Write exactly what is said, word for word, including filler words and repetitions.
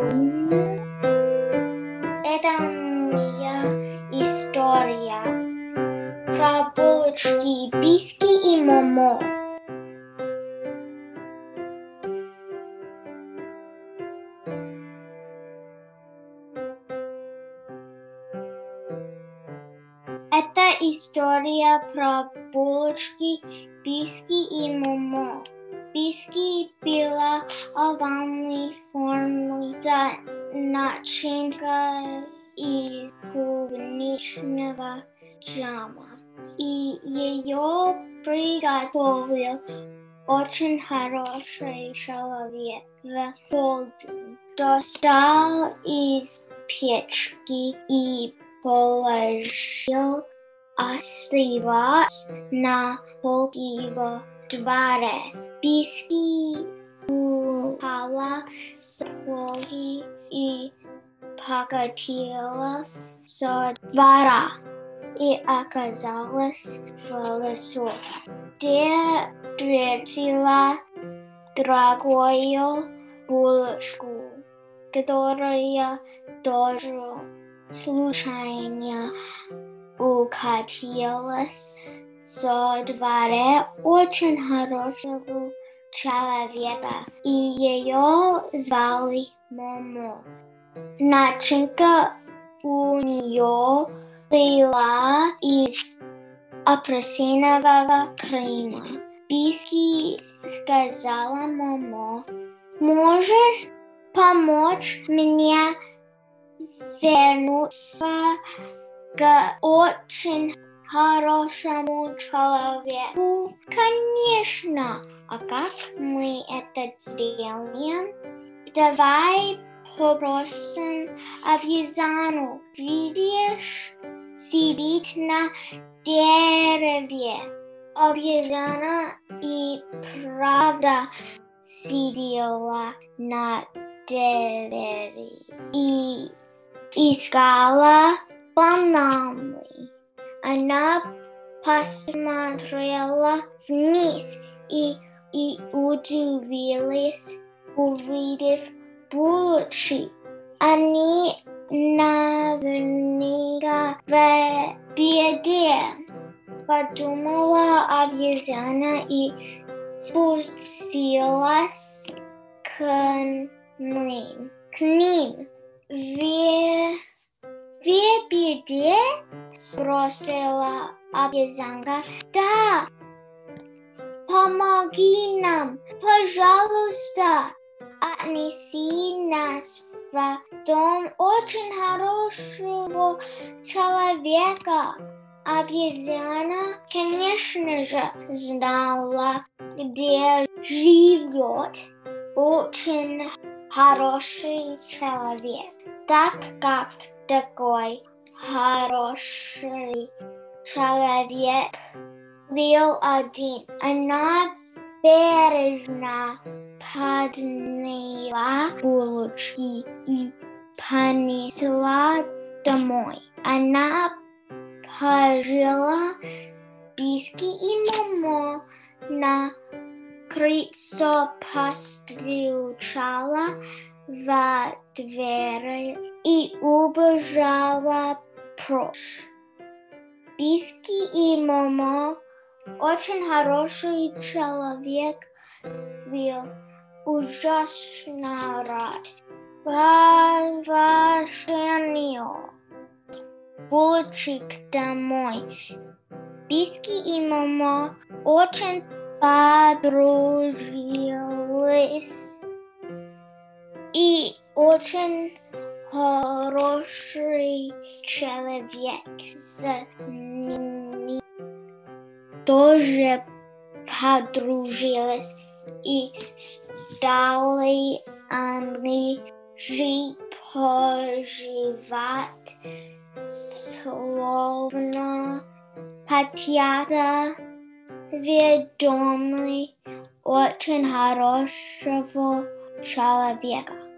Это моя история про булочки, писки и Момо. Это история про булочки, писки и Момо. Писки была овальной формы с начинкой из клубничного джема. И ее приготовил очень хороший человек в полдень. Достал из печки и положил остывать на полке в дворе. Писки упала с полки и покатилась со двора и оказалась в лесу, где встретила дорогую булочку, которая тоже случайно укатилась со двора очень хорошего человека, и ее звали Момо. Начинка у нее была из апельсинового крема. Писки сказала Момо: «Можешь помочь мне вернуться к очень хорошему человеку?» «Конечно! А как мы это сделаем? Давай попросим обезьяну. Видишь, сидит на дереве». Обезьяна и правда сидела на дереве и искала бананы. Она посмотрела вниз и, и удивилась, увидев булочки. Они наверняка в беде, подумала обезьяна и спустилась к ним. К ним. В, в беде? Спросила обезьянка. Да, помоги нам, пожалуйста. Отнеси нас в дом очень хорошего человека. Обезьяна, конечно же, знала, где живет очень хороший человек. Так как такой хороший человек был один, она бережно подняла булочки и понесла домой. Она положила писки и Момо на крыльцо, постучала в дверь и убежала прочь. Писки и Момо очень хороший человек был ужасно рад возвращению булочек домой. Писки и Момо очень подружились и очень хороший человек с ними тоже подружились и стали они жить, поживать, словно котята в доме очень хорошего человека.